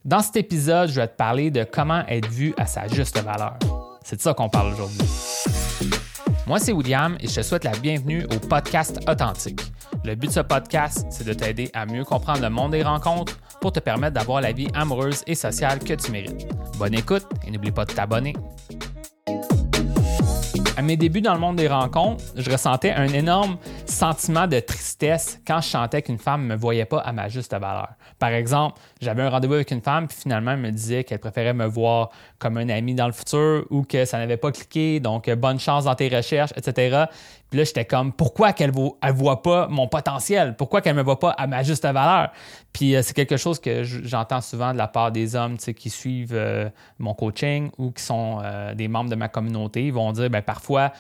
Dans cet épisode, je vais te parler de comment être vu à sa juste valeur. C'est de ça qu'on parle aujourd'hui. Moi, c'est William et je te souhaite la bienvenue au podcast Authentique. Le but de ce podcast, c'est de t'aider à mieux comprendre le monde des rencontres pour te permettre d'avoir la vie amoureuse et sociale que tu mérites. Bonne écoute et n'oublie pas de t'abonner. À mes débuts dans le monde des rencontres, je ressentais un énorme sentiment de tristesse quand je sentais qu'une femme ne me voyait pas à ma juste valeur. Par exemple, j'avais un rendez-vous avec une femme puis finalement elle me disait qu'elle préférait me voir comme un ami dans le futur ou que ça n'avait pas cliqué, donc bonne chance dans tes recherches, etc. Puis là, j'étais comme, pourquoi qu'elle ne voit pas mon potentiel? Pourquoi qu'elle ne me voit pas à ma juste valeur? Puis c'est quelque chose que j'entends souvent de la part des hommes qui suivent mon coaching ou qui sont des membres de ma communauté. Ils vont dire, parfois,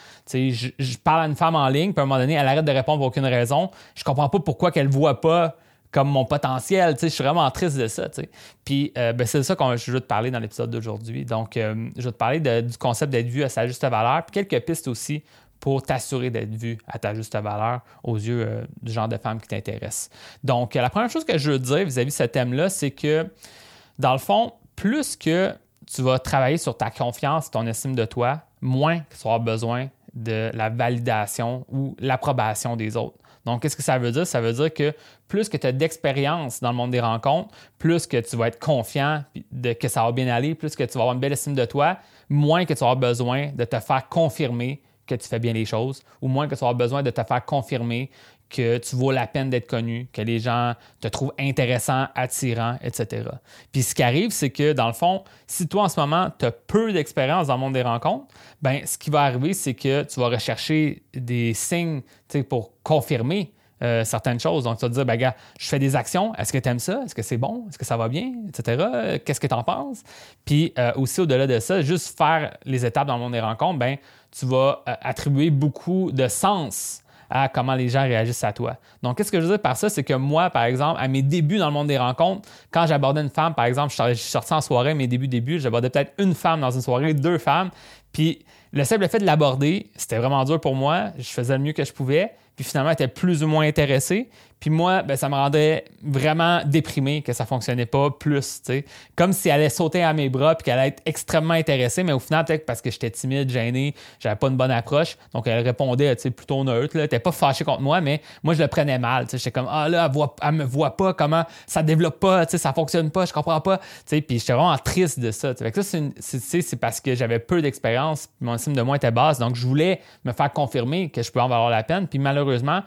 je parle à une femme en ligne, puis à un moment donné, elle arrête de répondre pour aucune raison. Je comprends pas pourquoi qu'elle ne voit pas comme mon potentiel. Je suis vraiment triste de ça. Puis c'est de ça que je veux te parler dans l'épisode d'aujourd'hui. Donc, je vais te parler du concept d'être vu à sa juste valeur, puis quelques pistes aussi pour t'assurer d'être vu à ta juste valeur aux yeux du genre de femme qui t'intéresse. Donc, la première chose que je veux dire vis-à-vis de ce thème-là, c'est que, dans le fond, plus que tu vas travailler sur ta confiance et ton estime de toi, moins que tu auras besoin de la validation ou l'approbation des autres. Donc, qu'est-ce que ça veut dire? Ça veut dire que plus que tu as d'expérience dans le monde des rencontres, plus que tu vas être confiant que ça va bien aller, plus que tu vas avoir une belle estime de toi, moins que tu auras besoin de te faire confirmer que tu fais bien les choses, ou moins que tu auras besoin de te faire confirmer que tu vaux la peine d'être connu, que les gens te trouvent intéressant, attirant, etc. Puis ce qui arrive, c'est que dans le fond, si toi en ce moment, tu as peu d'expérience dans le monde des rencontres, ce qui va arriver, c'est que tu vas rechercher des signes pour confirmer certaines choses. Donc, tu vas te dire, gars, je fais des actions. Est-ce que tu aimes ça? Est-ce que c'est bon? Est-ce que ça va bien? Etc. Qu'est-ce que tu en penses? Puis aussi, au-delà de ça, juste faire les étapes dans le monde des rencontres, tu vas attribuer beaucoup de sens à comment les gens réagissent à toi. Donc, qu'est-ce que je veux dire par ça? C'est que moi, par exemple, à mes débuts dans le monde des rencontres, quand j'abordais une femme, par exemple, je suis sorti en soirée, mes débuts, j'abordais peut-être une femme dans une soirée, 2 femmes, puis le simple fait de l'aborder, c'était vraiment dur pour moi. Je faisais le mieux que je pouvais. Puis finalement, elle était plus ou moins intéressée. Puis moi, ça me rendait vraiment déprimé que ça ne fonctionnait pas plus. T'sais. Comme si elle allait sauter à mes bras puis qu'elle allait être extrêmement intéressée. Mais au final, peut-être parce que j'étais timide, gêné, j'avais pas une bonne approche. Donc, elle répondait plutôt neutre. Elle n'était pas fâchée contre moi, mais moi, je le prenais mal. J'étais comme, là, elle me voit pas, comment ça développe pas, ça fonctionne pas, je comprends pas. Puis j'étais vraiment triste de ça. Fait que ça, c'est parce que j'avais peu d'expérience. Mon estime de moi était basse. Donc, je voulais me faire confirmer que je pouvais en valoir la peine. Puis malheureusement,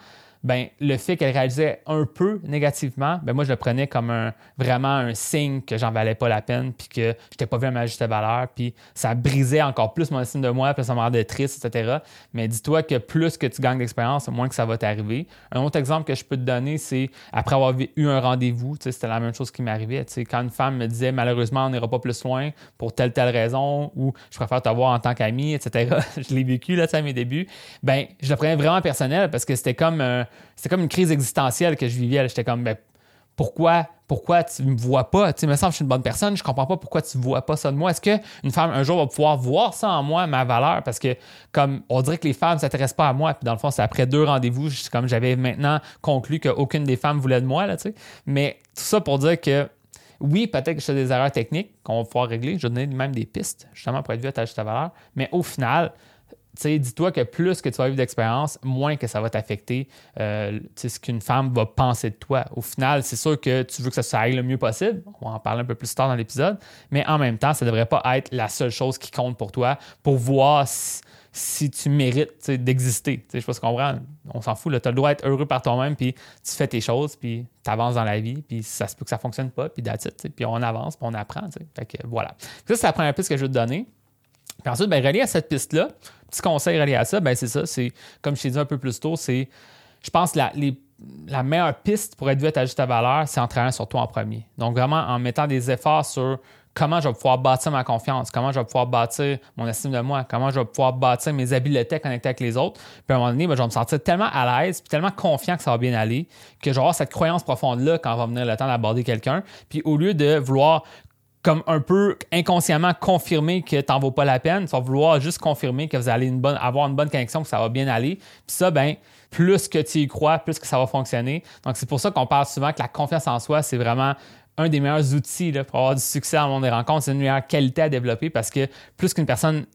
le fait qu'elle réalisait un peu négativement, moi, je le prenais comme vraiment un signe que j'en valais pas la peine puis que je n'étais pas vu à ma juste valeur. Puis ça brisait encore plus mon estime de moi, puis ça me rendait triste, etc. Mais dis-toi que plus que tu gagnes d'expérience, moins que ça va t'arriver. Un autre exemple que je peux te donner, c'est après avoir eu un rendez-vous, c'était la même chose qui m'arrivait. Quand une femme me disait « Malheureusement, on n'ira pas plus loin pour telle raison » ou « Je préfère te voir en tant qu'ami », etc. Je l'ai vécu à mes débuts. Je le prenais vraiment personnel parce que c'était comme une crise existentielle que je vivais. J'étais comme, pourquoi tu me vois pas? Il me semble que je suis une bonne personne, je comprends pas pourquoi tu vois pas ça de moi. Est-ce qu'une femme, un jour, va pouvoir voir ça en moi, ma valeur? Parce que, comme on dirait que les femmes ne s'intéressent pas à moi, puis dans le fond, c'est après 2 rendez-vous, comme j'avais maintenant conclu qu'aucune des femmes voulait de moi. Mais tout ça pour dire que, oui, peut-être que je fais des erreurs techniques qu'on va pouvoir régler. Je vais donner même des pistes, justement, pour être vu à ta juste valeur. Mais au final, dis-toi que plus que tu vas vivre d'expérience, moins que ça va t'affecter ce qu'une femme va penser de toi. Au final, c'est sûr que tu veux que ça aille le mieux possible. On va en parler un peu plus tard dans l'épisode. Mais en même temps, ça ne devrait pas être la seule chose qui compte pour toi pour voir si tu mérites d'exister. Je ne sais pas si tu comprends. On s'en fout. Tu as le droit d'être heureux par toi-même, puis tu fais tes choses, puis tu avances dans la vie, puis ça se peut que ça ne fonctionne pas, puis that's it. Puis on avance, puis on apprend. Fait que voilà. Ça, c'est la première piste que je veux te donner. Puis ensuite, relié à cette piste-là, petit conseil relié à ça, c'est ça, c'est comme je t'ai dit un peu plus tôt, c'est, je pense, la meilleure piste pour être vu à ta juste valeur, c'est en travaillant sur toi en premier. Donc vraiment en mettant des efforts sur comment je vais pouvoir bâtir ma confiance, comment je vais pouvoir bâtir mon estime de moi, comment je vais pouvoir bâtir mes habiletés à connecter avec les autres. Puis à un moment donné, je vais me sentir tellement à l'aise puis tellement confiant que ça va bien aller que je vais avoir cette croyance profonde-là quand va venir le temps d'aborder quelqu'un. Puis au lieu de vouloir comme un peu inconsciemment confirmer que tu n'en vaux pas la peine, tu vas vouloir juste confirmer que vous allez avoir une bonne connexion, que ça va bien aller. Puis ça, plus que tu y crois, plus que ça va fonctionner. Donc, c'est pour ça qu'on parle souvent que la confiance en soi, c'est vraiment un des meilleurs outils là, pour avoir du succès dans le monde des rencontres. C'est une meilleure qualité à développer parce que plus qu'une personne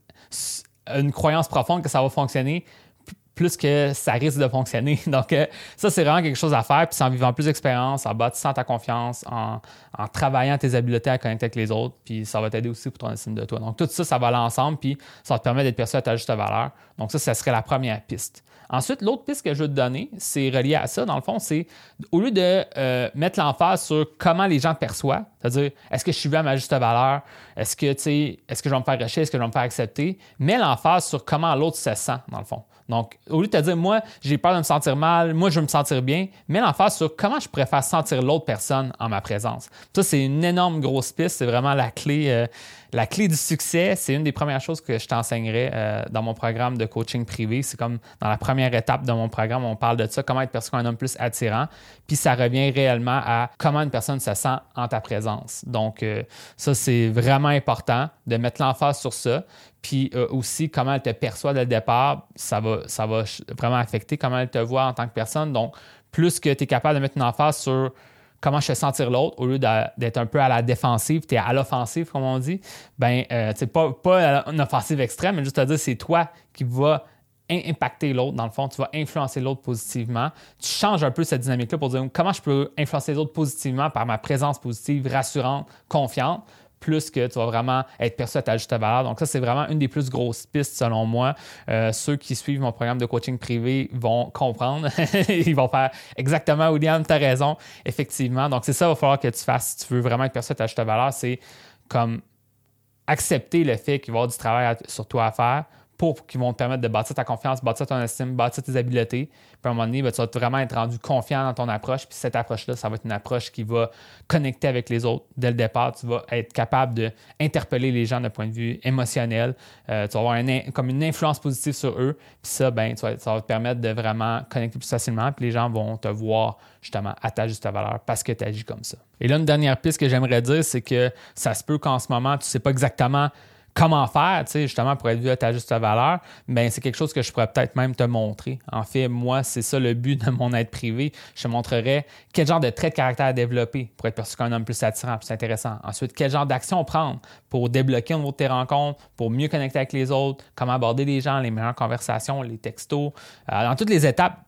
a une croyance profonde que ça va fonctionner, plus que ça risque de fonctionner. Donc, ça, c'est vraiment quelque chose à faire. Puis c'est en vivant plus d'expérience, en bâtissant ta confiance, en travaillant tes habiletés à connecter avec les autres. Puis ça va t'aider aussi pour ton estime de toi. Donc, tout ça, ça va aller ensemble. Puis ça va te permettre d'être perçu à ta juste valeur. Donc, ça serait la première piste. Ensuite, l'autre piste que je veux te donner, c'est relié à ça, dans le fond, c'est au lieu de mettre l'emphase sur comment les gens te perçoivent, c'est-à-dire, est-ce que je suis vu à ma juste valeur, est-ce que je vais me faire rejeter, est-ce que je vais me faire accepter, mets l'emphase sur comment l'autre se sent, dans le fond. Donc, au lieu de te dire, moi, j'ai peur de me sentir mal, moi, je veux me sentir bien, mets l'emphase sur comment je pourrais faire sentir l'autre personne en ma présence. Ça, c'est une énorme grosse piste, c'est vraiment la clé du succès. C'est une des premières choses que je t'enseignerai dans mon programme de coaching privé. C'est comme dans la première étape de mon programme, on parle de ça, comment être perçu comme un homme plus attirant. Puis ça revient réellement à comment une personne se sent en ta présence. Donc, ça, c'est vraiment important de mettre l'emphase sur ça. Puis aussi, comment elle te perçoit dès le départ, ça va vraiment affecter comment elle te voit en tant que personne. Donc, plus que tu es capable de mettre une emphase sur comment je fais sentir l'autre, au lieu d'être un peu à la défensive, tu es à l'offensive, comme on dit, bien, c'est pas une offensive extrême, mais juste à dire, c'est toi qui vas impacter l'autre, dans le fond, tu vas influencer l'autre positivement. Tu changes un peu cette dynamique-là pour dire comment je peux influencer l'autre positivement par ma présence positive, rassurante, confiante, plus que tu vas vraiment être perçu à ta juste valeur. Donc ça, c'est vraiment une des plus grosses pistes selon moi. Ceux qui suivent mon programme de coaching privé vont comprendre. Ils vont faire exactement, William, tu as raison, effectivement. Donc c'est ça qu'il va falloir que tu fasses si tu veux vraiment être perçu à ta juste valeur. C'est comme accepter le fait qu'il va y avoir du travail sur toi à faire qui vont te permettre de bâtir ta confiance, bâtir ton estime, bâtir tes habiletés. Puis à un moment donné, tu vas vraiment être rendu confiant dans ton approche. Puis cette approche-là, ça va être une approche qui va connecter avec les autres. Dès le départ, tu vas être capable d'interpeller les gens d'un point de vue émotionnel. Tu vas avoir comme une influence positive sur eux. Puis ça, ça va te permettre de vraiment connecter plus facilement. Puis les gens vont te voir justement à ta juste valeur parce que tu agis comme ça. Et là, une dernière piste que j'aimerais dire, c'est que ça se peut qu'en ce moment, tu ne sais pas exactement comment faire, justement, pour être vu à ta juste valeur, bien, c'est quelque chose que je pourrais peut-être même te montrer. En fait, moi, c'est ça le but de mon aide privée. Je te montrerai quel genre de traits de caractère à développer pour être perçu comme un homme plus attirant, plus intéressant. Ensuite, quel genre d'action prendre pour débloquer au niveau de tes rencontres, pour mieux connecter avec les autres, comment aborder les gens, les meilleures conversations, les textos. Dans toutes les étapes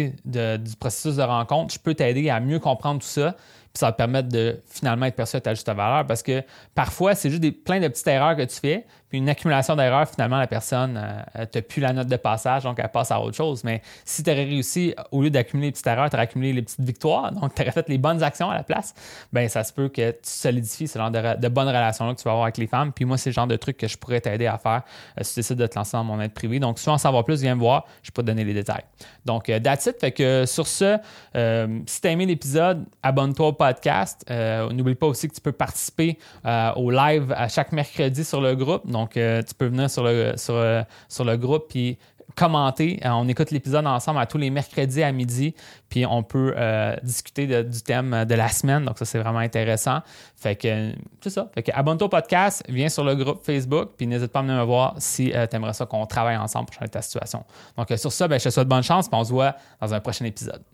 du processus de rencontre, je peux t'aider à mieux comprendre tout ça. Puis ça va te permettre de finalement être perçu à ta juste valeur parce que parfois, c'est juste plein de petites erreurs que tu fais. Puis une accumulation d'erreurs, finalement, la personne n'a plus la note de passage, donc elle passe à autre chose. Mais si tu aurais réussi, au lieu d'accumuler les petites erreurs, tu aurais accumulé les petites victoires, donc tu aurais fait les bonnes actions à la place, bien, ça se peut que tu solidifies ce genre de bonnes relations-là que tu vas avoir avec les femmes. Puis moi, c'est le genre de truc que je pourrais t'aider à faire si tu décides de te lancer dans mon aide privée. Donc, si tu veux en savoir plus, viens me voir, je peux te donner les détails. Donc, that's it. Fait que sur ce, si tu as aimé l'épisode, abonne-toi au podcast. N'oublie pas aussi que tu peux participer au live à chaque mercredi sur le groupe. Donc, tu peux venir sur le groupe puis commenter. On écoute l'épisode ensemble à tous les mercredis à midi, puis on peut discuter du thème de la semaine. Donc, ça, c'est vraiment intéressant. Fait que c'est ça. Fait que abonne-toi au podcast, viens sur le groupe Facebook, puis n'hésite pas à venir me voir si tu aimerais ça qu'on travaille ensemble pour changer ta situation. Donc, sur ça, je te souhaite bonne chance, puis on se voit dans un prochain épisode.